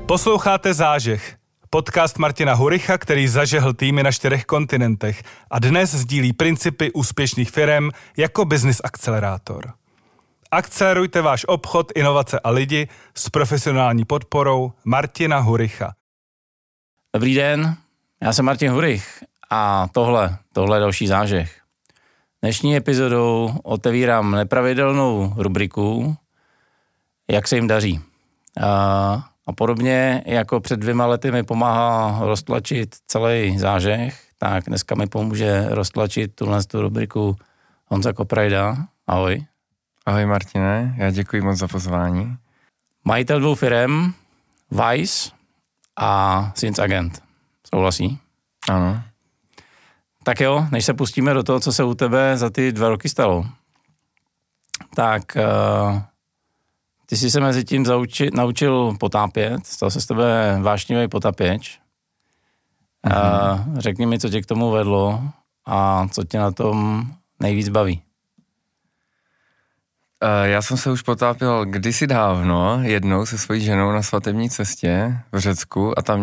Posloucháte Zážeh, podcast Martina Huricha, který zažehl týmy na 4 kontinentech a dnes sdílí principy úspěšných firem jako business akcelerátor. Akcelerujte váš obchod, inovace a lidi s profesionální podporou Martina Huricha. Dobrý den, já jsem Martin Hurich a tohle je další zážeh. Dnešní epizodou otevírám nepravidelnou rubriku, jak se jim daří. A podobně jako před 2 lety mi pomáhá roztlačit celý zážeh, tak dneska mi pomůže roztlačit tu rubriku Honza Koprajda. Ahoj. Ahoj Martine, já děkuji moc za pozvání. Majitel 2 firem, Vice a Sins Agent. Souhlasí? Ano. Tak jo, než se pustíme do toho, co se u tebe za ty 2 roky stalo, tak ty jsi se mezi tím naučil potápět, stal se z tebe vášnivý potapěč. Řekni mi, co tě k tomu vedlo a co tě na tom nejvíc baví. Já jsem se už potápěl kdysi dávno, jednou se svojí ženou na svatební cestě v Řecku a tam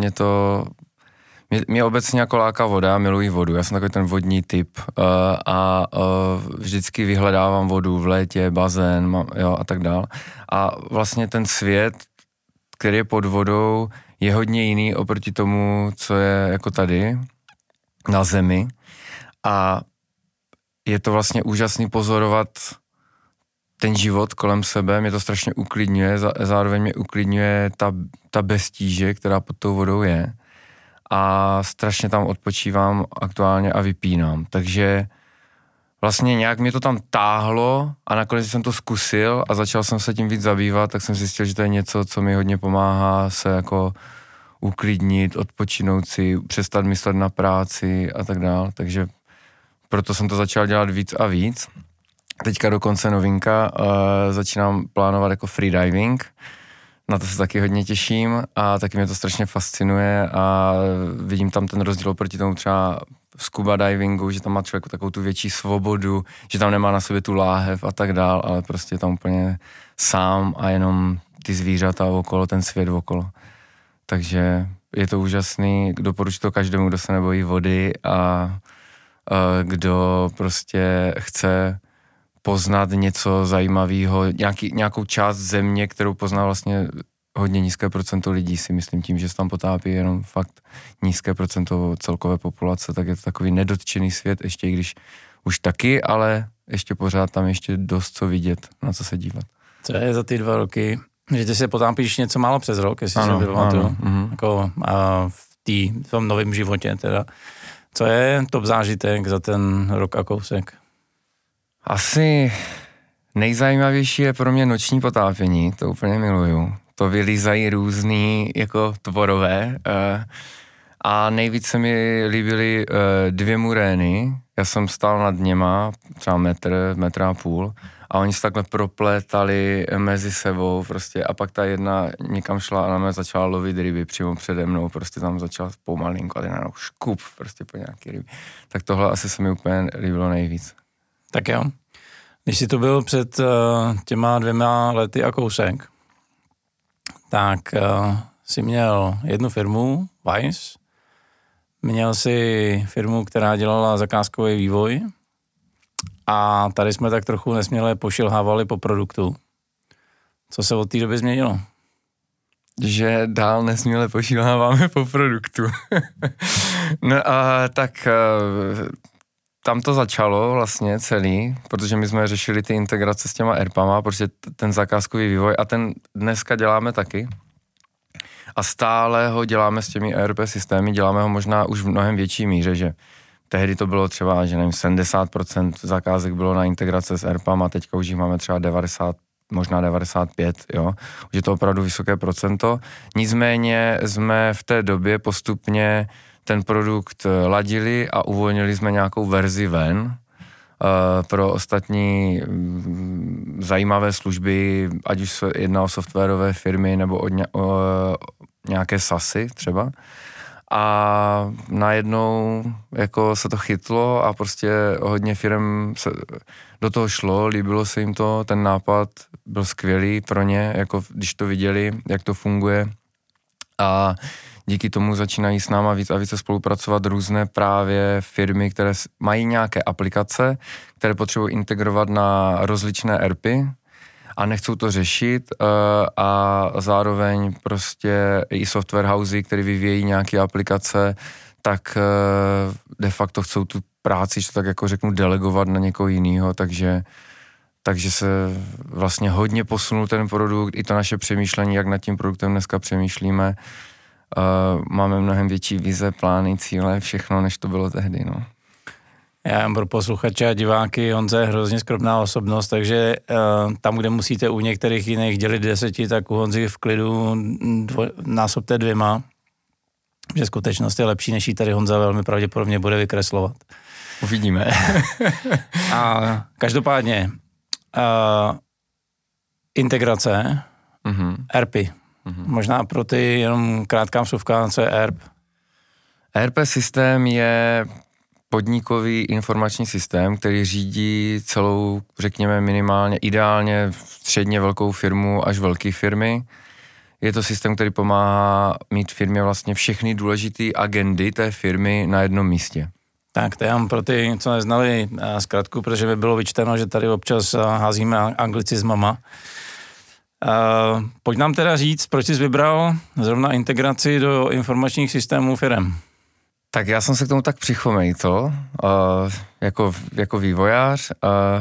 mě obecně jako láká voda, miluji vodu, já jsem takový ten vodní typ a vždycky vyhledávám vodu v létě, bazén a tak dál. A vlastně ten svět, který je pod vodou, je hodně jiný oproti tomu, co je jako tady na zemi a je to vlastně úžasný pozorovat ten život kolem sebe, mě to strašně uklidňuje, zároveň mě uklidňuje ta beztíže, která pod tou vodou je. A strašně tam odpočívám aktuálně a vypínám. Takže vlastně nějak mě to tam táhlo a nakonec jsem to zkusil a začal jsem se tím víc zabývat, tak jsem zjistil, že to je něco, co mi hodně pomáhá se jako uklidnit, odpočinout si, přestat myslet na práci a tak dál. Takže proto jsem to začal dělat víc a víc. Teďka dokonce novinka, začínám plánovat jako freediving. Na to se taky hodně těším a taky mě to strašně fascinuje a vidím tam ten rozdíl proti tomu třeba scuba divingu, že tam má člověk takovou tu větší svobodu, že tam nemá na sobě tu láhev a tak dál, ale prostě je tam úplně sám a jenom ty zvířata okolo, ten svět okolo. Takže je to úžasný, doporučuji to každému, kdo se nebojí vody a kdo prostě chce poznat něco zajímavého, nějakou část země, kterou pozná vlastně hodně nízké procento lidí, si myslím, tím, že se tam potápí jenom fakt nízké procento celkové populace, tak je to takový nedotčený svět, ještě i když už taky, ale ještě pořád tam ještě dost co vidět, na co se dívat. Co je za ty 2 roky, že ty se potápíš něco málo přes rok, jestli se vypamatuju, jako v tom novém životě teda. Co je top zážitek za ten rok a kousek? Asi nejzajímavější je pro mě noční potápění, to úplně miluju. To vylízají různý jako tvorové a nejvíc se mi líbily 2 murény. Já jsem stál nad něma třeba metr a půl a oni se takhle proplétali mezi sebou prostě a pak ta jedna někam šla a na mě začala lovit ryby přímo přede mnou, prostě tam začala pomalinku a najednou škup prostě po nějaký ryby. Tak tohle asi se mi úplně líbilo nejvíc. Tak jo. Když jsi to byl před těma 2 lety a kousek, tak jsi měl jednu firmu, Vice, měl jsi firmu, která dělala zakázkový vývoj a tady jsme tak trochu nesměle pošilhávali po produktu. Co se od té doby změnilo? Že dál nesměle pošilháváme po produktu. No a tak tam to začalo vlastně celý, protože my jsme řešili ty integrace s těma ERPama, protože ten zakázkový vývoj a ten dneska děláme taky. A stále ho děláme s těmi ERP systémy, děláme ho možná už v mnohem větší míře, že tehdy to bylo třeba, že nevím, 70% zakázek bylo na integrace s ERPama, teďka už jich máme třeba 90, možná 95, jo. Už je to opravdu vysoké procento. Nicméně jsme v té době postupně ten produkt ladili a uvolnili jsme nějakou verzi ven pro ostatní zajímavé služby, ať už se jedná o softwarové firmy nebo o nějaké SaaSy třeba. A najednou jako se to chytlo a prostě hodně firem se do toho šlo, líbilo se jim to, ten nápad byl skvělý pro ně, jako když to viděli, jak to funguje. A díky tomu začínají s náma víc a více spolupracovat různé právě firmy, které mají nějaké aplikace, které potřebují integrovat na rozličné ERPy a nechcou to řešit a zároveň prostě i software housey, které vyvíjejí nějaké aplikace, tak de facto chcou tu práci, že tak jako řeknu, delegovat na někoho jiného, takže se vlastně hodně posunul ten produkt, i to naše přemýšlení, jak nad tím produktem dneska přemýšlíme. Máme mnohem větší vize, plány, cíle, všechno, než to bylo tehdy, no. Já pro posluchače a diváky, Honza je hrozně skromná osobnost, takže tam, kde musíte u některých jiných dělit 10, tak u Honzy v klidu násobte 2, že skutečnost je lepší, než ji tady Honza velmi pravděpodobně bude vykreslovat. Uvidíme. A každopádně integrace, ERPy. Možná pro ty jenom krátká vsuvka, co je ERP. ERP systém je podnikový informační systém, který řídí celou, řekněme minimálně, ideálně středně velkou firmu až velké firmy. Je to systém, který pomáhá mít firmě vlastně všechny důležité agendy té firmy na jednom místě. Tak to já pro ty, co neznali zkratku, protože by bylo vyčteno, že tady občas házíme anglicizmama. Pojď nám teda říct, proč jsi vybral zrovna integraci do informačních systémů firem? Tak já jsem se k tomu tak přichomejtl, jako vývojář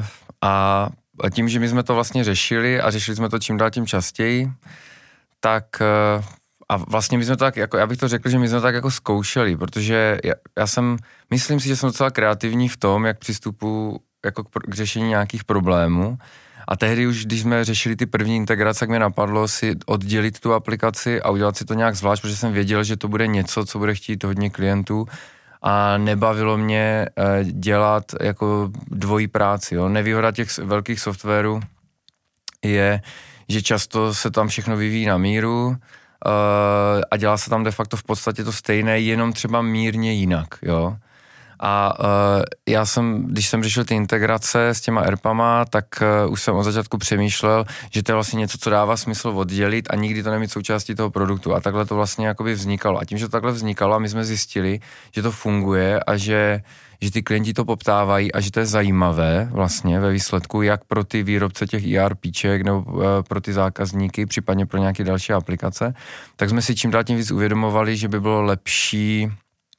a tím, že my jsme to vlastně řešili a řešili jsme to čím dál tím častěji, tak a vlastně my jsme to tak, jako já bych to řekl, že my jsme to tak jako zkoušeli, protože myslím si, že jsem docela kreativní v tom, jak přistupuji jako k řešení nějakých problémů. A tehdy už, když jsme řešili ty první integrace, tak mě napadlo si oddělit tu aplikaci a udělat si to nějak zvlášť, protože jsem věděl, že to bude něco, co bude chtít hodně klientů a nebavilo mě dělat jako dvojí práci. Jo. Nevýhoda těch velkých softwarů je, že často se tam všechno vyvíjí na míru a dělá se tam de facto v podstatě to stejné, jenom třeba mírně jinak, jo. A když jsem řešil ty integrace s těma ERPama, tak už jsem od začátku přemýšlel, že to je vlastně něco, co dává smysl oddělit a nikdy to nemít součástí toho produktu. A takhle to vlastně jakoby vznikalo. A tím, že to takhle vznikalo, a my jsme zjistili, že to funguje a že ty klienti to poptávají a že to je zajímavé vlastně ve výsledku, jak pro ty výrobce těch ERPček nebo pro ty zákazníky, případně pro nějaké další aplikace, tak jsme si čím dál tím víc uvědomovali, že by bylo lepší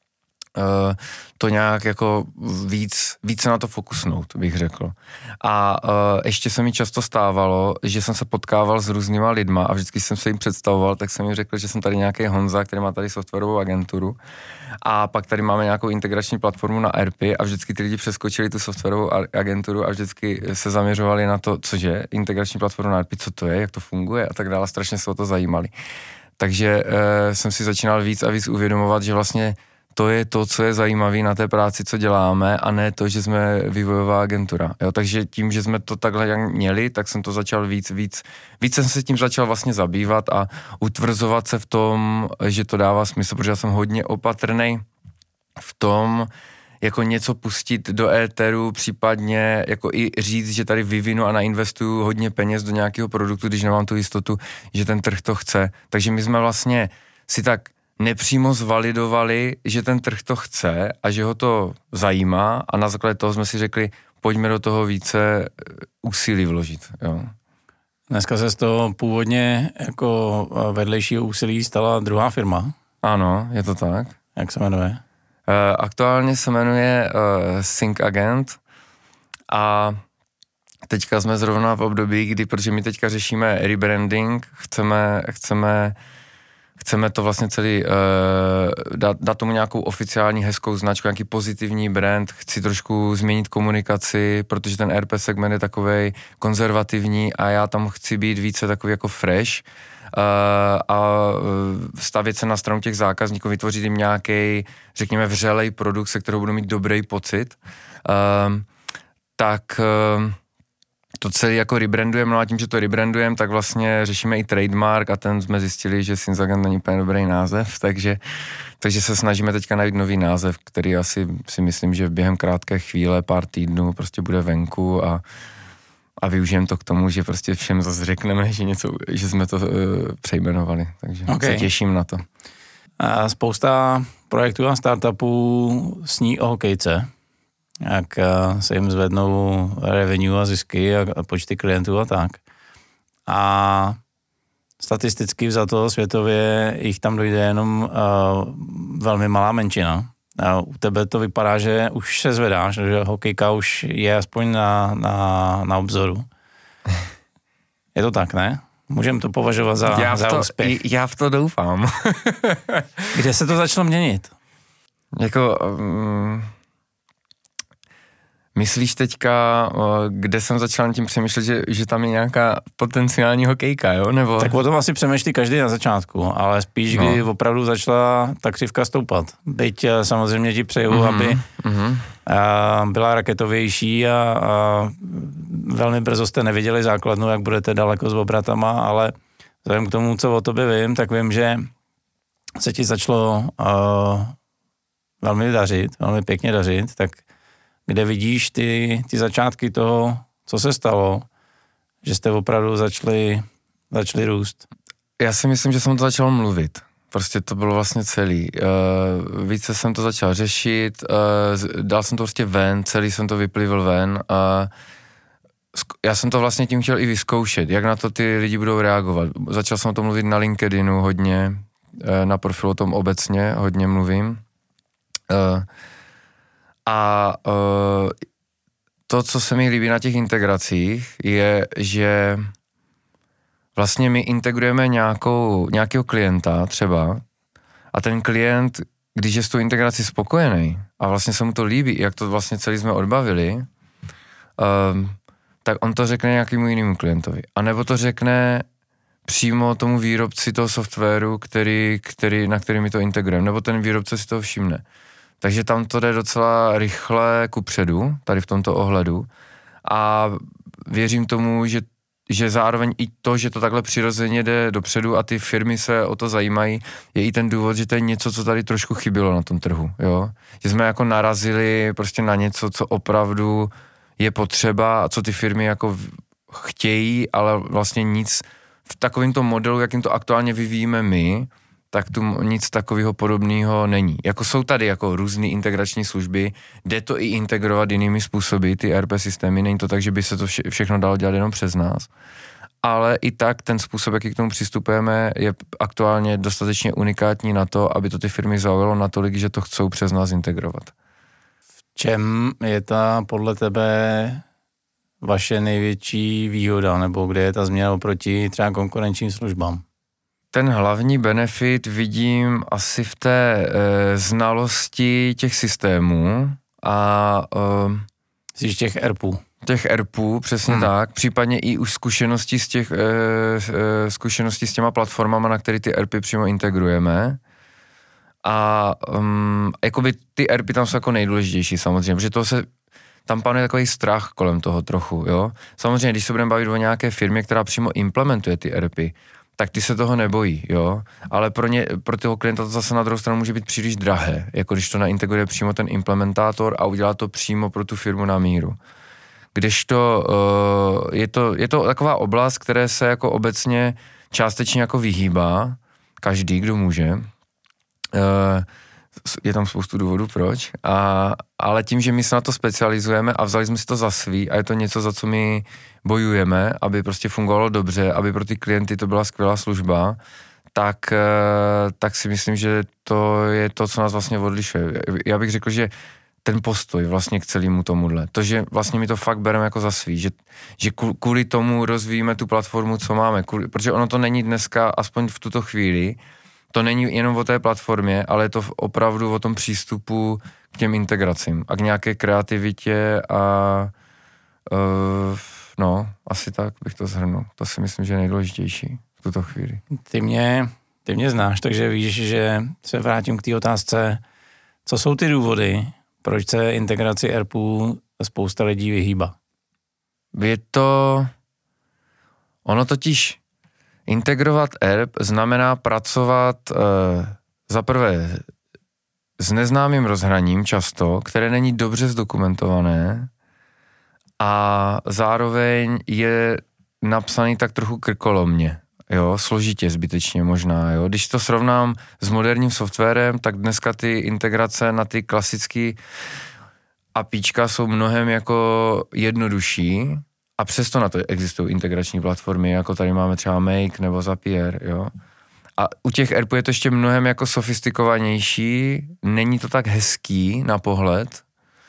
to nějak jako víc na to fokusnout, bych řekl. A ještě se mi často stávalo, že jsem se potkával s různýma lidma a vždycky jsem se jim představoval, tak jsem jim řekl, že jsem tady nějaký Honza, který má tady softwarovou agenturu a pak tady máme nějakou integrační platformu na ERP a vždycky ty lidi přeskočili tu softwarovou agenturu a vždycky se zaměřovali na to, cože, integrační platforma na ERP, co to je, jak to funguje a tak dále, strašně se o to zajímali. Takže jsem si začínal víc a víc uvědomovat, že vlastně to je to, co je zajímavé na té práci, co děláme, a ne to, že jsme vývojová agentura. Jo, takže tím, že jsme to takhle měli, tak jsem to začal víc jsem se tím začal vlastně zabývat a utvrzovat se v tom, že to dává smysl, protože já jsem hodně opatrnej v tom, jako něco pustit do éteru, případně jako i říct, že tady vyvinu a nainvestuju hodně peněz do nějakého produktu, když nemám tu jistotu, že ten trh to chce. Takže my jsme vlastně si tak nepřímo zvalidovali, že ten trh to chce a že ho to zajímá a na základě toho jsme si řekli, pojďme do toho více úsilí vložit. Jo. Dneska se z toho původně jako vedlejšího úsilí stala druhá firma. Ano, je to tak. Jak se jmenuje? Aktuálně se jmenuje SyncAgent a teďka jsme zrovna v období, kdy, protože my teďka řešíme rebranding, chceme to vlastně celý dát tomu nějakou oficiální hezkou značku, nějaký pozitivní brand, chci trošku změnit komunikaci, protože ten ERP segment je takovej konzervativní a já tam chci být více takový jako fresh a stavět se na stranu těch zákazníků, vytvořit jim nějaký, řekněme, vřelej produkt, se kterou budou mít dobrý pocit, to celé jako rebrandujeme, no a tím, že to rebrandujeme, tak vlastně řešíme i trademark a ten jsme zjistili, že SyncAgent není úplně dobrý název, takže se snažíme teďka najít nový název, který asi si myslím, že během krátké chvíle, pár týdnů prostě bude venku a a využijeme to k tomu, že prostě všem zase řekneme, že jsme to přejmenovali, takže se těším na to. A spousta projektů a startupů sní o hokejce, jak se jim zvednou revenue a zisky a počty klientů a tak. A statisticky vzato světově jich tam dojde jenom velmi malá menšina. A u tebe to vypadá, že už se zvedáš, že hokejka už je aspoň na obzoru. Je to tak, ne? Můžeme to považovat za úspěch. Já v to doufám. Kde se to začalo měnit? Myslíš teďka, kde jsem začal nad tím přemýšlet, že tam je nějaká potenciální hokejka, jo? Nebo... Tak o tom asi přemýšlí každý na začátku, ale spíš, kdy opravdu začala ta křivka stoupat. Byť samozřejmě ti přeju, aby byla raketovější a velmi brzo jste neviděli základnu, jak budete daleko s obratama, ale vzhledem k tomu, co o tobě vím, tak vím, že se ti začalo velmi dařit, velmi pěkně dařit, tak kde vidíš ty začátky toho, co se stalo, že jste opravdu začali růst? Já si myslím, že jsem to začal mluvit. Prostě to bylo vlastně celý. Více jsem to začal řešit, dal jsem to prostě ven, celý jsem to vyplivil ven a já jsem to vlastně tím chtěl i vyzkoušet, jak na to ty lidi budou reagovat. Začal jsem o tom mluvit na LinkedInu hodně, na profilu o tom obecně hodně mluvím. A to, co se mi líbí na těch integracích, je, že vlastně my integrujeme nějakého klienta třeba a ten klient, když je s tou integrací spokojený a vlastně se mu to líbí, jak to vlastně celý jsme odbavili, tak on to řekne nějakému jinému klientovi. A nebo to řekne přímo tomu výrobci toho softwaru, na který my to integrujeme, nebo ten výrobce si toho všimne. Takže tam to jde docela rychle kupředu, tady v tomto ohledu. A věřím tomu, že zároveň i to, že to takhle přirozeně jde dopředu a ty firmy se o to zajímají, je i ten důvod, že to je něco, co tady trošku chybělo na tom trhu, jo. Že jsme jako narazili prostě na něco, co opravdu je potřeba a co ty firmy jako chtějí, ale vlastně nic v takovémto modelu, jakým to aktuálně vyvíjíme my, tak tu nic takového podobného není. Jako jsou tady jako různé integrační služby, jde to i integrovat jinými způsoby, ty ERP systémy, není to tak, že by se to všechno dalo dělat jenom přes nás, ale i tak ten způsob, jaký k tomu přistupujeme, je aktuálně dostatečně unikátní na to, aby to ty firmy zaujalo natolik, že to chcou přes nás integrovat. V čem je ta podle tebe vaše největší výhoda, nebo kde je ta změna oproti třeba konkurenčním službám? Ten hlavní benefit vidím asi v té znalosti těch systémů a těch ERPů. Těch ERPů, přesně tak, případně i už zkušenosti s těma platformama, na které ty ERPy přímo integrujeme. A jakoby ty ERPy tam jsou jako nejdůležitější samozřejmě, protože tam panuje takový strach kolem toho trochu, jo. Samozřejmě, když se budeme bavit o nějaké firmě, která přímo implementuje ty ERPy, tak ty se toho nebojí, jo, ale pro toho klienta to zase na druhou stranu může být příliš drahé, jako když to naintegruje přímo ten implementátor a udělá to přímo pro tu firmu na míru. Kdežto je to taková oblast, které se jako obecně částečně jako vyhýbá, každý, kdo může, je tam spoustu důvodů, proč, ale tím, že my se na to specializujeme a vzali jsme si to za svý a je to něco, za co my bojujeme, aby prostě fungovalo dobře, aby pro ty klienty to byla skvělá služba, tak si myslím, že to je to, co nás vlastně odlišuje. Já bych řekl, že ten postoj vlastně k celému tomuhle, to, že vlastně my to fakt bereme jako za svý, že kvůli tomu rozvíjíme tu platformu, co máme, protože ono to není dneska, aspoň v tuto chvíli, to není jenom o té platformě, ale je to opravdu o tom přístupu k těm integracím a k nějaké kreativitě a asi tak bych to shrnul. To si myslím, že je nejdůležitější v tuto chvíli. Ty mě znáš, takže víš, že se vrátím k té otázce, co jsou ty důvody, proč se integraci ERPů spousta lidí vyhýbá? Ono totiž integrovat ERP znamená pracovat za prvé s neznámým rozhraním často, které není dobře zdokumentované a zároveň je napsaný tak trochu krkolomně, jo, složitě zbytečně možná, jo. Když to srovnám s moderním softwarem, tak dneska ty integrace na ty klasické APIčka jsou mnohem jako jednodušší a přesto na to existují integrační platformy, jako tady máme třeba Make nebo Zapier, jo. A u těch ERPů je to ještě mnohem jako sofistikovanější, není to tak hezký na pohled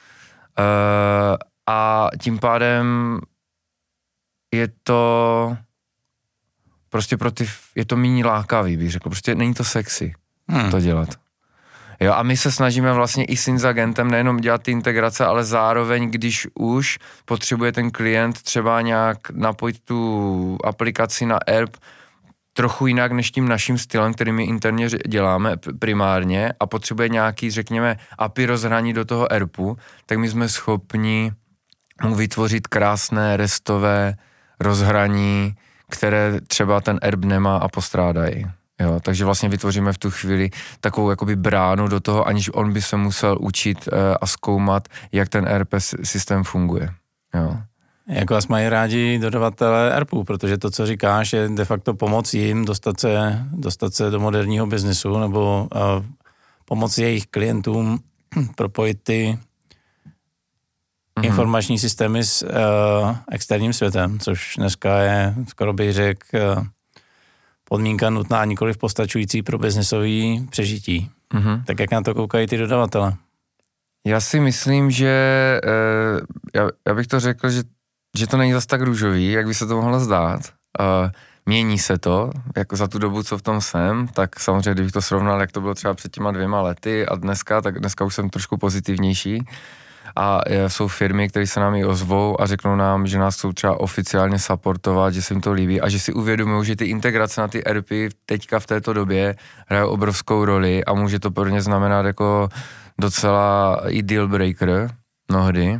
a tím pádem je to prostě je to méně lákavý, bych řekl, prostě není to sexy to dělat. Jo, a my se snažíme vlastně i s Inzagentem nejenom dělat ty integrace, ale zároveň, když už potřebuje ten klient třeba nějak napojit tu aplikaci na ERP trochu jinak než tím naším stylem, který my interně děláme primárně a potřebuje nějaký, řekněme, API rozhraní do toho ERPu, tak my jsme schopni mu vytvořit krásné restové rozhraní, které třeba ten ERP nemá a postrádají. Jo, takže vlastně vytvoříme v tu chvíli takovou jakoby bránu do toho, aniž on by se musel učit a zkoumat, jak ten ERP systém funguje. Jo. Jak vás mají rádi dodavatelé ERPů, protože to, co říkáš, je de facto pomoc jim dostat se do moderního biznesu nebo pomoci jejich klientům propojit ty informační systémy s externím světem, což dneska je, skoro bych řekl, podmínka nutná, nikoliv postačující pro biznesový přežití. Tak jak na to koukají ty dodavatele? Já si myslím, že já bych to řekl, že to není zas tak růžový, jak by se to mohlo zdát. Mění se to, jako za tu dobu, co v tom jsem, tak samozřejmě, kdybych to srovnal, jak to bylo třeba před těma 2 lety a dneska, tak dneska už jsem trošku pozitivnější. A jsou firmy, které se nám i ozvou a řeknou nám, že nás chcou třeba oficiálně supportovat, že se jim to líbí a že si uvědomují, že ty integrace na ty ERPy teďka v této době hrajou obrovskou roli a může to pro ně znamenat jako docela i deal breaker mnohdy.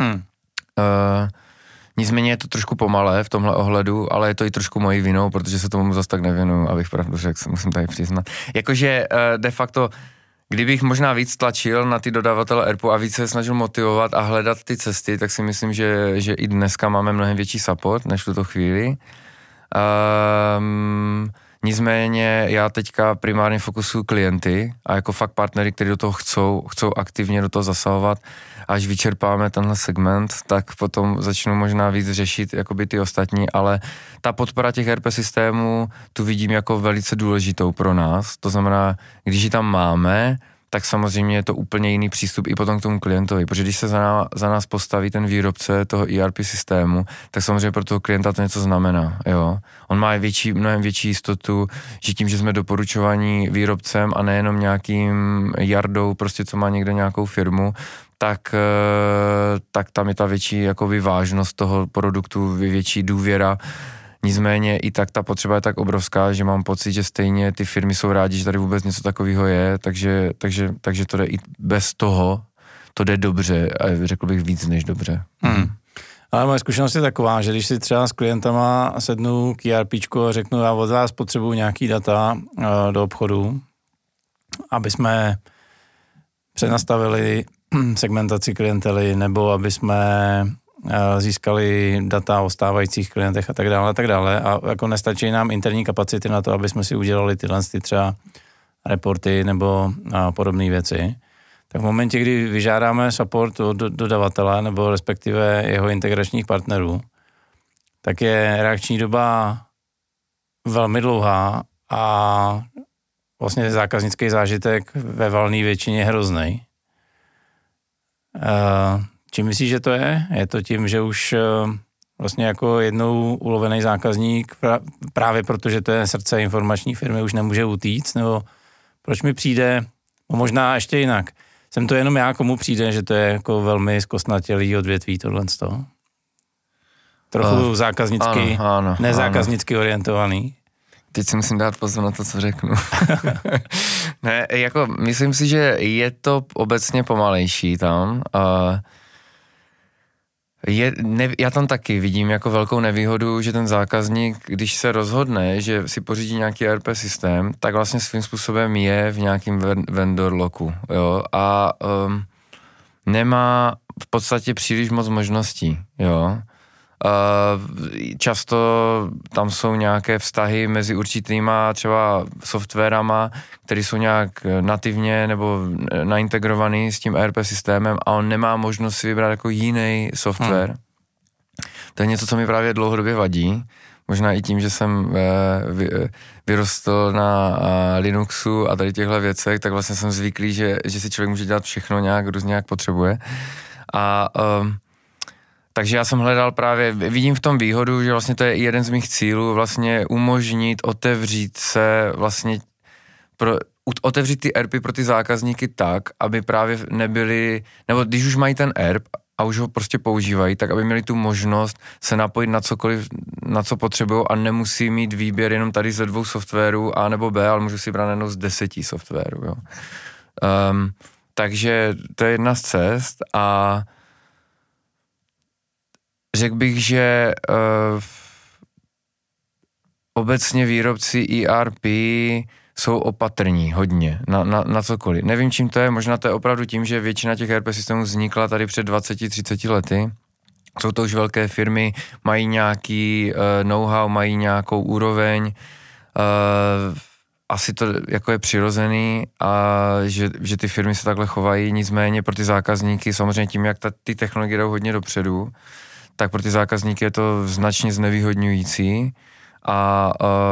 Nicméně je to trošku pomalé v tomhle ohledu, ale je to i trošku mojí vinou, protože se tomu zase tak nevěnuju, abych pravdu řekl, musím tady přiznat. Jakože de facto kdybych možná víc tlačil na ty dodavatele ERPu a víc se snažil motivovat a hledat ty cesty, tak si myslím, že i dneska máme mnohem větší support než v tuto chvíli. Nicméně já teďka primárně fokusuju klienty a jako fakt partnery, kteří do toho chcou aktivně do toho zasahovat. Až vyčerpáme tenhle segment, tak potom začnu možná víc řešit jakoby ty ostatní, ale ta podpora těch ERP systémů tu vidím jako velice důležitou pro nás. To znamená, když ji tam máme, tak samozřejmě je to úplně jiný přístup i potom k tomu klientovi, protože když se za nás postaví ten výrobce toho ERP systému, tak samozřejmě pro toho klienta to něco znamená, jo. On má mnohem větší jistotu, že tím, že jsme doporučovaní výrobcem a nejenom nějakým jardou, prostě co má někde nějakou firmu, tak tam je ta větší jako vážnost toho produktu, větší důvěra. Nicméně i tak ta potřeba je tak obrovská, že mám pocit, že stejně ty firmy jsou rádi, že tady vůbec něco takového je, takže to jde i bez toho, to jde dobře a řekl bych víc než dobře. Ale moje zkušenost je taková, že když si třeba s klientama sednu k ERPčku a řeknu, já od vás potřebuju nějaký data do obchodu, aby jsme přenastavili segmentaci klientely, nebo aby jsme získali data o stávajících klientech a tak dále. A jako nestačí nám interní kapacity na to, aby jsme si udělali tyhle třeba reporty nebo podobné věci. Tak v momentě, kdy vyžádáme support od dodavatele nebo respektive jeho integračních partnerů, tak je reakční doba velmi dlouhá a vlastně zákaznický zážitek ve valné většině hroznej. Čím myslíš, že to je? Je to tím, že už vlastně jako jednou ulovený zákazník právě protože to je srdce informační firmy už nemůže utíct, nebo proč mi přijde, no možná ještě jinak, jsem to jenom já, komu přijde, že to je jako velmi zkostnatělý odvětví tohleto. Trochu zákaznicky, nezákaznicky orientovaný. Teď si musím dát pozor na to, co řeknu. Ne, jako myslím si, že je to obecně pomalejší tam. Já tam taky vidím jako velkou nevýhodu, že ten zákazník, když se rozhodne, že si pořídí nějaký ERP systém, tak vlastně svým způsobem je v nějakým vendor locku, jo, a nemá v podstatě příliš moc možností, jo. Často tam jsou nějaké vztahy mezi určitýma třeba softwarama, které jsou nějak nativně nebo naintegrovaný s tím ERP systémem a on nemá možnost si vybrat jako jiný software. To je něco, co mi právě dlouhodobě vadí. Možná i tím, že jsem vyrostl na Linuxu a tady těchto věcech, tak vlastně jsem zvyklý, že si člověk může dělat všechno nějak různě, jak potřebuje. Takže já jsem hledal právě, vidím v tom výhodu, že vlastně to je jeden z mých cílů, vlastně umožnit, otevřít se vlastně, otevřít ty ERPy pro ty zákazníky tak, aby právě nebyli, nebo když už mají ten ERP a už ho prostě používají, tak aby měli tu možnost se napojit na cokoliv, na co potřebují a nemusí mít výběr jenom tady ze 2 softwarů A nebo B, ale můžu si brát jenom z 10 softwarů, jo. Takže to je jedna z cest a řekl bych, že obecně výrobci ERP jsou opatrní hodně na cokoliv. Nevím, čím to je, možná to je opravdu tím, že většina těch ERP systémů vznikla tady před 20-30 lety. Jsou to už velké firmy, mají nějaký know-how, mají nějakou úroveň, asi to jako je přirozený a že ty firmy se takhle chovají, nicméně pro ty zákazníky, samozřejmě tím, jak ty technologie jdou hodně dopředu, tak pro ty zákazníky je to značně znevýhodňující a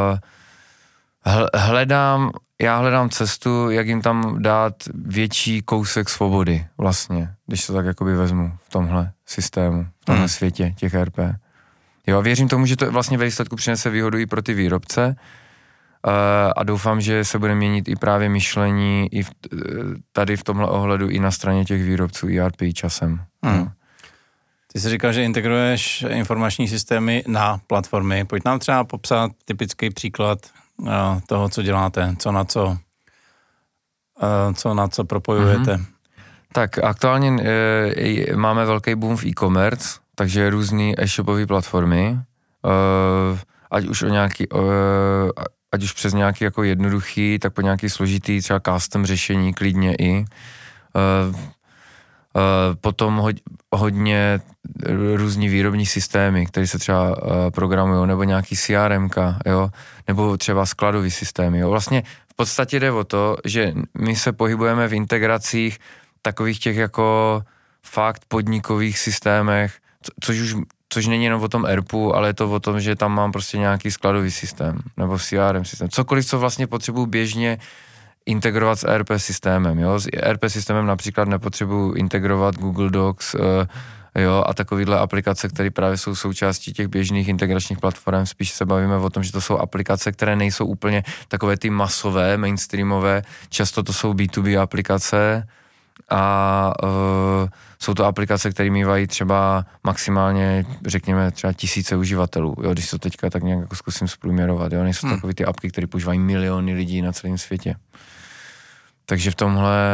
já hledám cestu, jak jim tam dát větší kousek svobody vlastně, když to tak jakoby vezmu v tomhle systému, v tomhle světě těch ERP. Jo, věřím tomu, že to vlastně ve výsledku přinese výhodu i pro ty výrobce a doufám, že se bude měnit i právě myšlení i tady v tomhle ohledu i na straně těch výrobců ERP časem. No. Ty jsi říkal, že integruješ informační systémy na platformy. Pojď nám třeba popsat typický příklad toho, co děláte, co na co propojujete. Tak aktuálně máme velký boom v e-commerce, takže různý e-shopové platformy, ať už přes nějaký jako jednoduchý, tak po nějaký složitý třeba custom řešení klidně i. Potom hodně různý výrobní systémy, které se třeba programují, nebo nějaký CRMka, jo, nebo třeba skladový systémy, jo. Vlastně v podstatě jde o to, že my se pohybujeme v integracích takových těch jako fakt podnikových systémech, což není jenom o tom ERPu, ale je to o tom, že tam mám prostě nějaký skladový systém, nebo CRM systém. Cokoliv, co vlastně potřebuji běžně integrovat s ERP systémem, jo. S ERP systémem například nepotřebuji integrovat Google Docs, jo, a takovýhle aplikace, které právě jsou součástí těch běžných integračních platform. Spíš se bavíme o tom, že to jsou aplikace, které nejsou úplně takové ty masové, mainstreamové, často to jsou B2B aplikace a jsou to aplikace, které mývají třeba maximálně, řekněme, třeba 1000 uživatelů, jo, když to teďka tak nějak jako zkusím zprůměrovat, jo, nejsou takové ty apky, které používají miliony lidí na celém světě. Takže v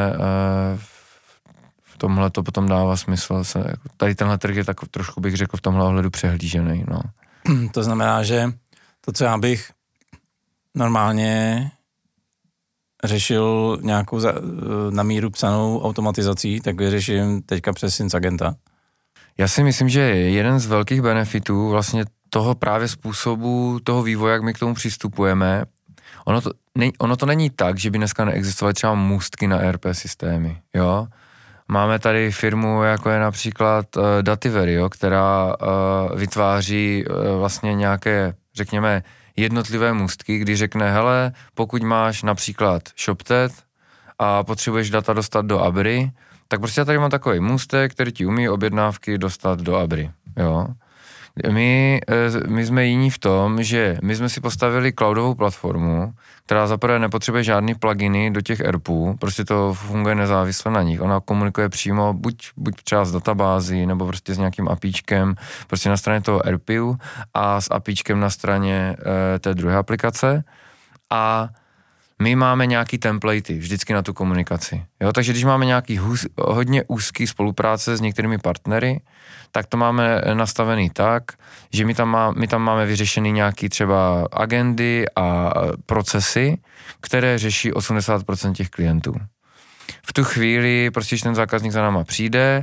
tomhle to potom dává smysl. Tady tenhle trh je tak trošku, bych řekl, v tomhle ohledu přehlížený, no. To znamená, že to, co já bych normálně řešil nějakou na míru psanou automatizací, tak vyřeším teďka přes Syncagenta. Já si myslím, že jeden z velkých benefitů vlastně toho právě způsobu, toho vývoje, jak my k tomu přistupujeme, ono to není tak, že by dneska neexistovaly třeba můstky na ERP systémy, jo. Máme tady firmu, jako je například Dativery, jo, která vytváří vlastně nějaké, řekněme, jednotlivé můstky, kdy řekne, hele, pokud máš například ShopTet a potřebuješ data dostat do Abry, tak prostě já tady mám takový můstek, který ti umí objednávky dostat do Abry, jo. My jsme jiní v tom, že my jsme si postavili cloudovou platformu, která zaprvé nepotřebuje žádný pluginy do těch ERPů, prostě to funguje nezávisle na nich. Ona komunikuje přímo buď třeba s databází, nebo prostě s nějakým APIčkem, prostě na straně toho ERPu a s APIčkem na straně té druhé aplikace. A my máme nějaký templatey vždycky na tu komunikaci. Jo? Takže když máme nějaký hodně úzký spolupráce s některými partnery, tak to máme nastavený tak, že my tam máme vyřešený nějaký třeba agendy a procesy, které řeší 80% těch klientů. V tu chvíli, prostě když ten zákazník za náma přijde,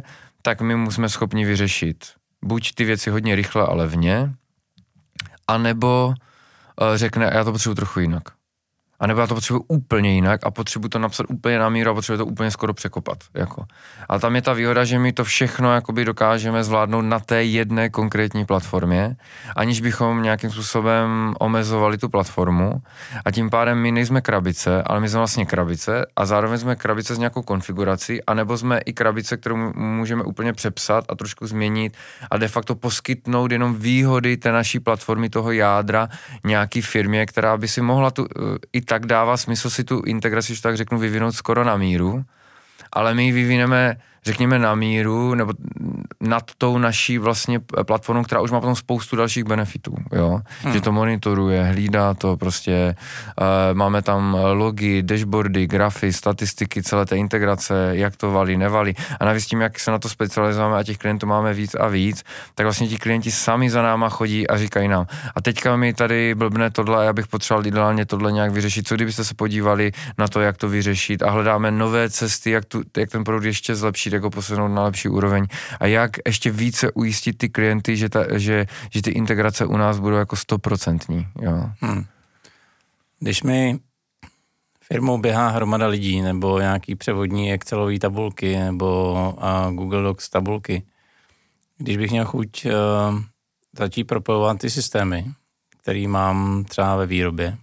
tak my jsme schopni vyřešit buď ty věci hodně rychle a levně, anebo řekne, já to potřebuji trochu jinak. A nebo já to potřebuji úplně jinak a potřebuji to napsat úplně na míru a potřebuji to úplně skoro překopat. Jako. Ale tam je ta výhoda, že my to všechno jakoby dokážeme zvládnout na té jedné konkrétní platformě, aniž bychom nějakým způsobem omezovali tu platformu a tím pádem my nejsme krabice, ale my jsme vlastně krabice a zároveň jsme krabice s nějakou konfigurací, anebo jsme i krabice, kterou můžeme úplně přepsat a trošku změnit a de facto poskytnout jenom výhody té naší platformy, toho jádra nějaký firmě, která by si mohla i tak dává smysl si tu integraci, že tak řeknu, vyvinout skoro na míru, ale my ji vyvineme, řekněme, na míru, nebo nad tou naší vlastně platformou, která už má potom spoustu dalších benefitů, jo, že to monitoruje, hlídá to prostě, máme tam logy, dashboardy, grafy, statistiky, celé té integrace, jak to valí, nevalí a navíc tím, jak se na to specializujeme a těch klientů máme víc a víc, tak vlastně ti klienti sami za náma chodí a říkají nám, a teďka mi tady blbne tohle a já bych potřeboval ideálně tohle nějak vyřešit, co kdybyste se podívali na to, jak to vyřešit a hledáme nové cesty, jak ten produkt ještě zlepšit, jako posunout na lepší úroveň a jak ještě více ujistit ty klienty, že ty integrace u nás budou jako 100%. Jo. Když mi firmou běhá hromada lidí nebo nějaký převodní Excelový tabulky nebo Google Docs tabulky, když bych měl chuť začít propojovat ty systémy, který mám třeba ve výrobě,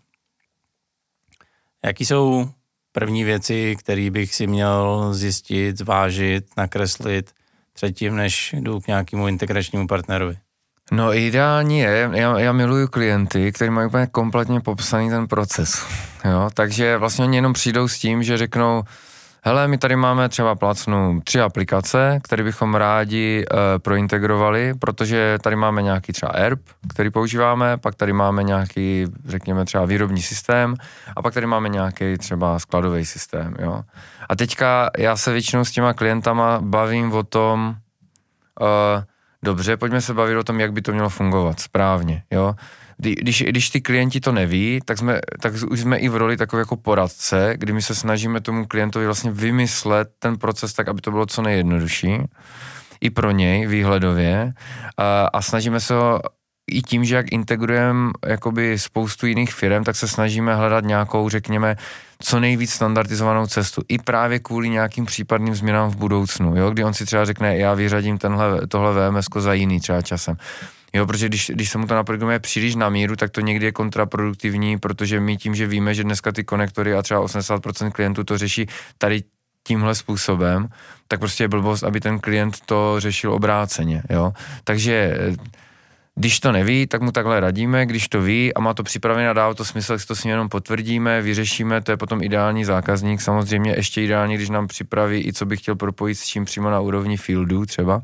jaký jsou první věci, které bych si měl zjistit, zvážit, nakreslit předtím, než jdu k nějakému integračnímu partnerovi? No ideální je, já miluju klienty, kteří mají úplně kompletně popsaný ten proces, jo, takže vlastně oni jenom přijdou s tím, že řeknou, hele, my tady máme třeba plácnu 3 aplikace, které bychom rádi prointegrovali, protože tady máme nějaký třeba ERP, který používáme, pak tady máme nějaký, řekněme třeba výrobní systém a pak tady máme nějaký třeba skladový systém, jo. A teďka já se většinou s těma klientama bavím o tom, dobře, pojďme se bavit o tom, jak by to mělo fungovat správně, jo. Když ty klienti to neví, tak už jsme i v roli takové jako poradce, kdy my se snažíme tomu klientovi vlastně vymyslet ten proces tak, aby to bylo co nejjednodušší, i pro něj výhledově a snažíme se ho i tím, že jak integrujeme jakoby spoustu jiných firem, tak se snažíme hledat nějakou, řekněme, co nejvíc standardizovanou cestu. I právě kvůli nějakým případným změnám v budoucnu, jo? Kdy on si třeba řekne, já vyřadím tohle VMS za jiný třeba časem. Jo, protože když se mu to naprogramuje příliš na míru, tak to někdy je kontraproduktivní, protože my tím, že víme, že dneska ty konektory a třeba 80% klientů to řeší tady tímhle způsobem, tak prostě je blbost, aby ten klient to řešil obráceně, jo. Takže když to neví, tak mu takhle radíme, když to ví a má to připravené a dává to smysl, tak si to s ním jenom potvrdíme, vyřešíme, to je potom ideální zákazník, samozřejmě ještě ideální, když nám připraví i co by chtěl propojit s čím přímo na úrovni fieldu třeba.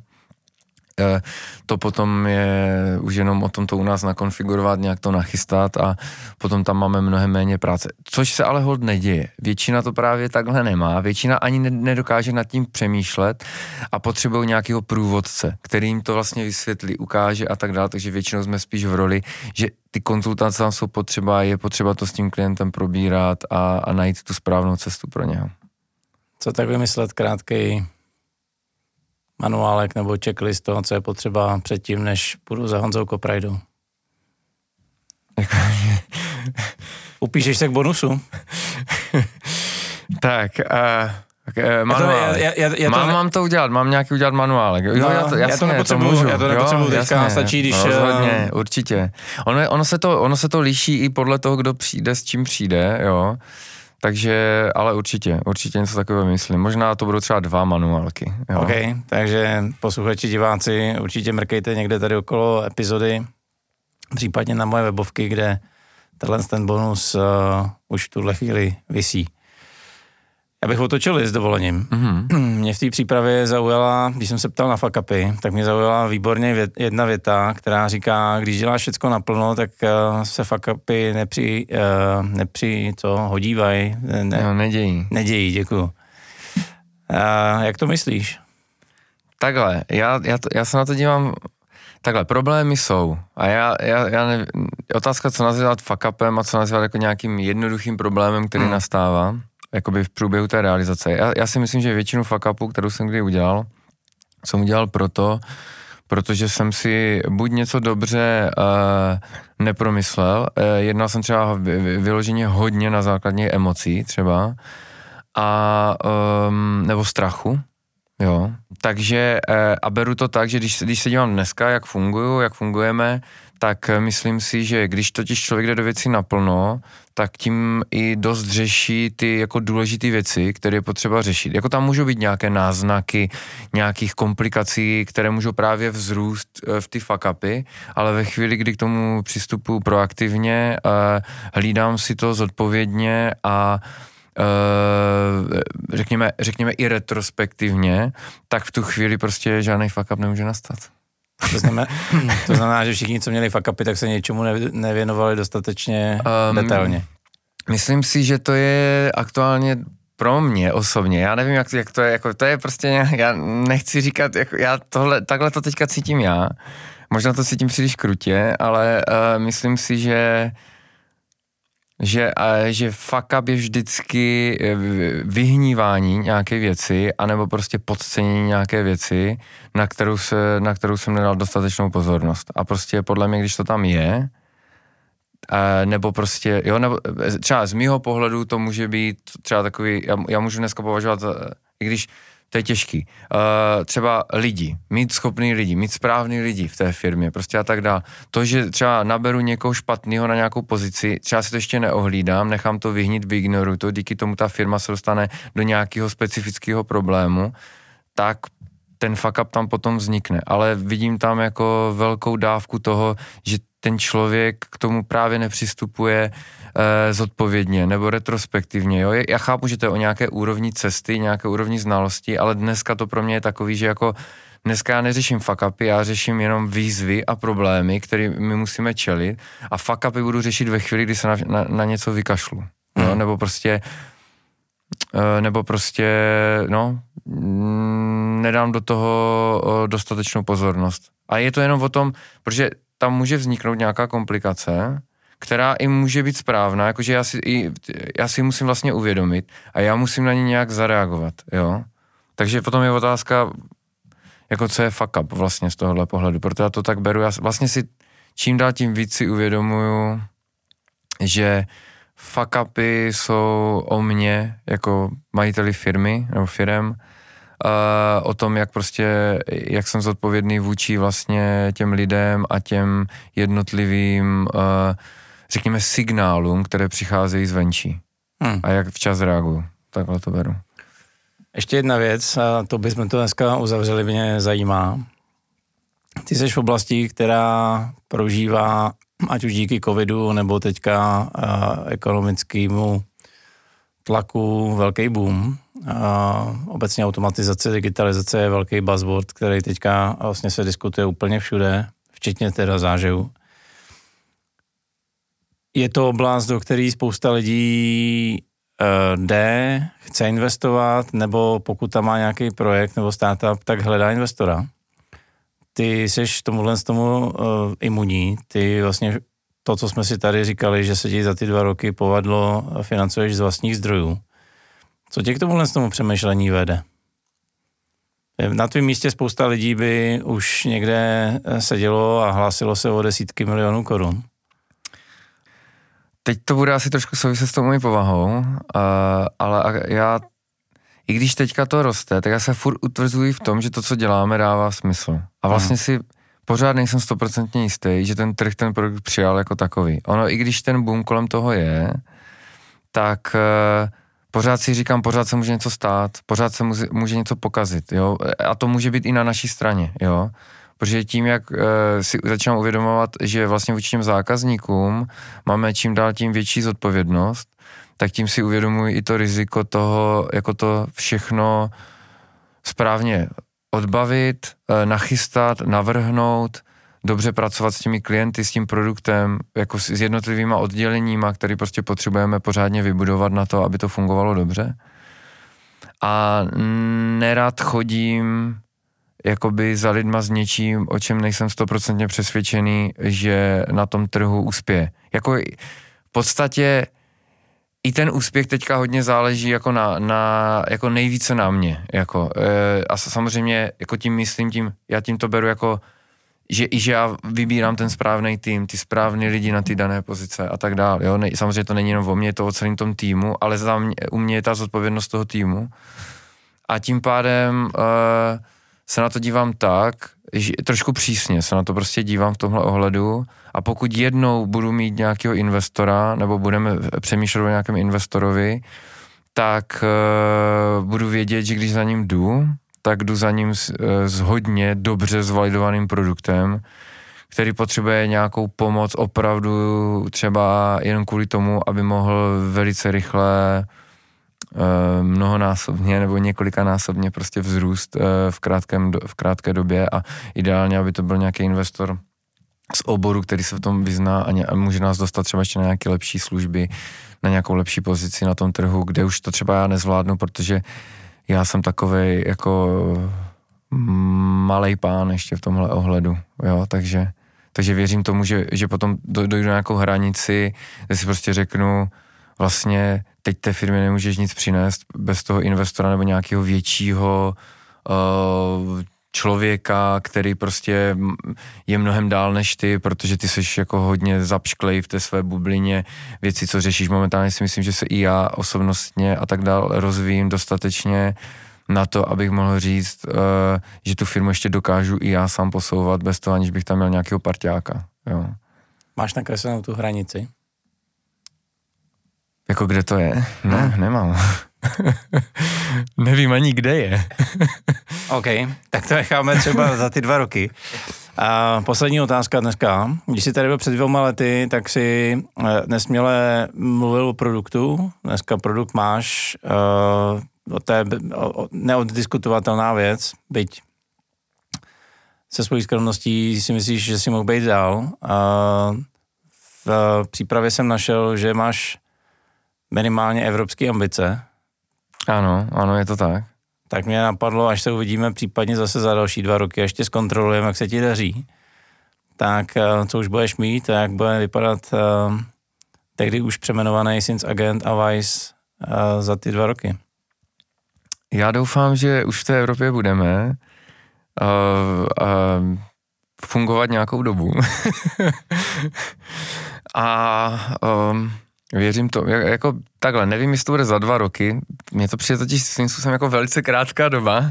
To potom je už jenom o tom to u nás nakonfigurovat, nějak to nachystat a potom tam máme mnohem méně práce. Což se ale holt neděje. Většina to právě takhle nemá, většina ani nedokáže nad tím přemýšlet a potřebují nějakého průvodce, který jim to vlastně vysvětlí, ukáže a tak dále, takže většinou jsme spíš v roli, že ty konzultace tam jsou potřeba, je potřeba to s tím klientem probírat a najít tu správnou cestu pro něho. Co tak vymyslet krátkej manuálek nebo checklist toho, co je potřeba předtím, než půjdu za Honzou Koprajdou? Upíšeš se k bonusu? Tak, manuál. Mám to udělat, mám nějaký udělat manuálek. Jo, no, já to nepotřebuji, teďka stačí, když... Rozhodně, určitě. Ono se to liší i podle toho, kdo přijde, s čím přijde, jo. Takže, ale určitě něco takového myslím. Možná to budou třeba 2 manuálky. Jo. OK, takže posluchači, diváci, určitě mrkejte někde tady okolo epizody, případně na moje webovky, kde ten bonus už v tuhle chvíli visí. Já bych otočil s dovolením. Mě v té přípravě zaujala, když jsem se ptal na fuck upy, tak mě zaujala výborně jedna věta, která říká, když děláš všecko naplno, tak se fuck upy hodívají. Nedějí, děkuju. Jak to myslíš? Takhle, já se na to dívám, takhle, problémy jsou a já nevím, otázka, co nazývat fuck upem a co nazývat jako nějakým jednoduchým problémem, který nastává, jakoby v průběhu té realizace. Já si myslím, že většinu fuck upů, kterou jsem kdy udělal, jsem udělal protože jsem si buď něco dobře nepromyslel, jednal jsem třeba vyloženě hodně na základě emocí třeba, nebo strachu, jo. Takže a beru to tak, že když se dívám dneska, jak fungujeme, tak myslím si, že když totiž člověk jde do věcí naplno, tak tím i dost řeší ty jako důležité věci, které je potřeba řešit. Jako tam můžou být nějaké náznaky, nějakých komplikací, které můžou právě vzrůst v ty fuck-upy, ale ve chvíli, kdy k tomu přistupuji proaktivně, hlídám si to zodpovědně a řekněme i retrospektivně, tak v tu chvíli prostě žádný fuck-up nemůže nastat. To znamená, že všichni, co měli fuck-upy, tak se něčemu nevěnovali dostatečně detailně. Myslím si, že to je aktuálně pro mě osobně, já nevím, jak to je, jako to je prostě, já nechci říkat, jako takhle to teďka cítím já, možná to cítím příliš krutě, ale myslím si, že fuck up je vždycky vyhnívání nějaké věci, anebo prostě podcenění nějaké věci, na kterou jsem nedal dostatečnou pozornost. A prostě podle mě, když to tam je, nebo prostě, jo, nebo třeba z mýho pohledu to může být třeba takový, já můžu dneska považovat, i když to je těžký, třeba lidi, mít schopný lidi, mít správný lidi v té firmě, prostě a tak dále. To, že třeba naberu někoho špatného na nějakou pozici, třeba si to ještě neohlídám, nechám to vyhnít, vyignoruju to, díky tomu ta firma se dostane do nějakého specifického problému, tak ten fuck up tam potom vznikne. Ale vidím tam jako velkou dávku toho, že ten člověk k tomu právě nepřistupuje zodpovědně nebo retrospektivně. Jo? Já chápu, že to je o nějaké úrovni cesty, nějaké úrovni znalosti, ale dneska to pro mě je takový, že jako dneska já neřeším fuck upy, já řeším jenom výzvy a problémy, které my musíme čelit a fuck upy budu řešit ve chvíli, kdy se na něco vykašlu. Jo? Nebo prostě, nedám do toho dostatečnou pozornost. A je to jenom o tom, protože tam může vzniknout nějaká komplikace, která i může být správná, jakože já si musím vlastně uvědomit a já musím na ní nějak zareagovat, jo. Takže potom je otázka, jako co je fuck up vlastně z tohohle pohledu, protože já to tak beru, já vlastně si čím dál tím víc si uvědomuju, že fuck upy jsou o mně jako majiteli firmy nebo firem, o tom, jak jsem zodpovědný vůči vlastně těm lidem a těm jednotlivým, řekněme, signálům, které přicházejí zvenčí. A jak včas reaguju. Takhle to beru. Ještě jedna věc, a to bychom to dneska uzavřeli, mě zajímá. Ty jsi v oblasti, která prožívá, ať už díky covidu, nebo teďka ekonomickému tlaku, velký boom. Obecně automatizace, digitalizace je velký buzzword, který teďka vlastně se diskutuje úplně všude, včetně teda zážehu. Je to oblast, do které spousta lidí jde, chce investovat, nebo pokud tam má nějaký projekt nebo startup, tak hledá investora. Ty seš tomu imunní, ty vlastně to, co jsme si tady říkali, že se ti za ty 2 roky povedlo, financuješ z vlastních zdrojů. Co tě k tomu přemýšlení vede? Na tvém místě spousta lidí by už někde sedělo a hlásilo se o desítky milionů korun. Teď to bude asi trošku souviset s tou mojí povahou, ale já, i když teďka to roste, tak já se furt utvrzuji v tom, že to, co děláme, dává smysl. A vlastně si pořád nejsem 100% jistý, že ten trh ten produkt přijal jako takový. Ono, i když ten boom kolem toho je, tak pořád si říkám, pořád se může něco stát, pořád se může něco pokazit, jo. A to může být i na naší straně, jo. Protože tím, jak si začínám uvědomovat, že vlastně vůči těm zákazníkům máme čím dál tím větší zodpovědnost, tak tím si uvědomuji i to riziko toho, jako to všechno správně odbavit, nachystat, navrhnout, dobře pracovat s těmi klienty, s tím produktem, jako s jednotlivýma odděleníma, které prostě potřebujeme pořádně vybudovat na to, aby to fungovalo dobře. A nerad chodím jakoby za lidma s něčím, o čem nejsem 100% přesvědčený, že na tom trhu uspěje. Jako v podstatě i ten úspěch teďka hodně záleží jako jako nejvíce na mě, jako, a samozřejmě jako já tím to beru jako, že já vybírám ten správný tým, ty správný lidi na ty dané pozice a tak dále, jo, samozřejmě to není jenom o mně, je to o celém tom týmu, ale u mě je ta zodpovědnost toho týmu a tím pádem se na to dívám tak, že trošku přísně se na to prostě dívám v tomhle ohledu a pokud jednou budu mít nějakého investora nebo budeme přemýšlet o nějakém investorovi, tak budu vědět, že když za ním jdu, tak jdu za ním s hodně dobře zvalidovaným produktem, který potřebuje nějakou pomoc opravdu třeba jenom kvůli tomu, aby mohl velice rychle mnohonásobně nebo několikanásobně prostě vzrůst v krátké době a ideálně, aby to byl nějaký investor z oboru, který se v tom vyzná a může nás dostat třeba ještě na nějaké lepší služby, na nějakou lepší pozici na tom trhu, kde už to třeba já nezvládnu, protože já jsem takovej jako malej pán ještě v tomhle ohledu, jo, takže věřím tomu, že potom dojdu na nějakou hranici, kde si prostě řeknu, vlastně teď té firmě nemůžeš nic přinést bez toho investora nebo nějakého většího člověka, který prostě je mnohem dál než ty, protože ty jsi jako hodně zapšklej v té své bublině věci, co řešíš. Momentálně si myslím, že se i já osobnostně a tak dál rozvíjím dostatečně na to, abych mohl říct, že tu firmu ještě dokážu i já sám posouvat bez toho, aniž bych tam měl nějakého parťáka. Jo. Máš nakreslenou tu hranici? Jako kde to je? Ne, nemám. Nevím ani, kde je. OK, tak to necháme třeba za ty 2 roky. A poslední otázka dneska. Když jsi tady byl před 2 lety, tak si nesměle mluvil o produktu. Dneska produkt máš, neoddiskutovatelná věc, byť se svojí skromností si myslíš, že si mohl být dál. V přípravě jsem našel, že máš minimálně evropské ambice. Ano, je to tak. Tak mě napadlo, až se uvidíme případně zase za další 2 roky, ještě zkontrolujeme, jak se ti daří, tak co už budeš mít a jak bude vypadat tehdy už přeměnovaný Sins Agent a Vice za ty 2 roky. Já doufám, že už v té Evropě budeme fungovat nějakou dobu. Věřím to, jako takhle, nevím, jestli to bude za 2 roky, mně to přijde totiž svým způsobem jako velice krátká doba,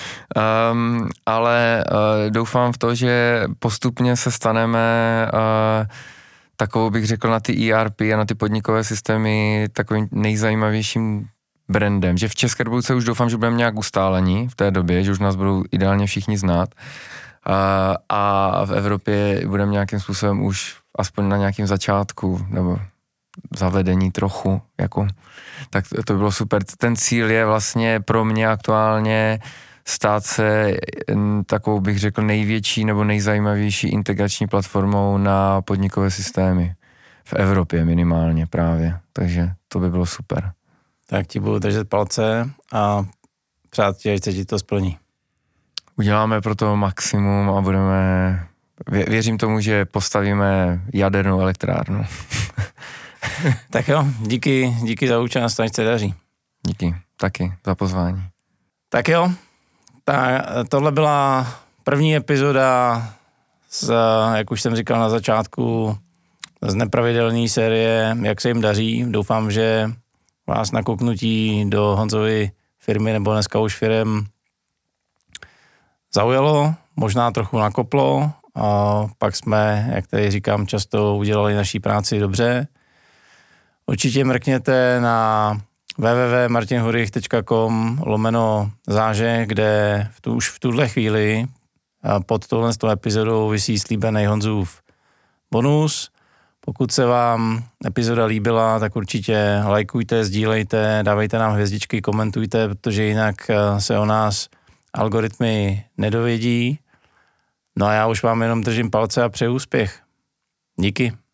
ale doufám v to, že postupně se staneme takovou, bych řekl, na ty ERP a na ty podnikové systémy takovým nejzajímavějším brandem, že v České republice už doufám, že budeme nějak ustálení v té době, že už nás budou ideálně všichni znát a v Evropě budeme nějakým způsobem už aspoň na nějakém začátku, nebo zavedení trochu, jako, tak to by bylo super. Ten cíl je vlastně pro mě aktuálně stát se takovou, bych řekl, největší nebo nejzajímavější integrační platformou na podnikové systémy. V Evropě minimálně právě, takže to by bylo super. Tak ti budu držet palce a přát ti, ať se ti to splní. Uděláme pro to maximum a budeme, věřím tomu, že postavíme jadernou elektrárnu. Tak jo, díky za účast, ať se daří. Díky, taky za pozvání. Tak jo, tohle byla první epizoda jak už jsem říkal na začátku, z nepravidelné série, jak se jim daří. Doufám, že vás na kouknutí do Honzovy firmy nebo dneska už firem zaujalo, možná trochu nakoplo a pak jsme, jak tady říkám, často udělali naší práci dobře. Určitě mrkněte na www.martinhurich.com/zážeh, kde už v tuhle chvíli pod touhle epizodou visí slíbený Honzův bonus. Pokud se vám epizoda líbila, tak určitě lajkujte, sdílejte, dávejte nám hvězdičky, komentujte, protože jinak se o nás algoritmy nedovědí. No a já už vám jenom držím palce a přeju úspěch. Díky.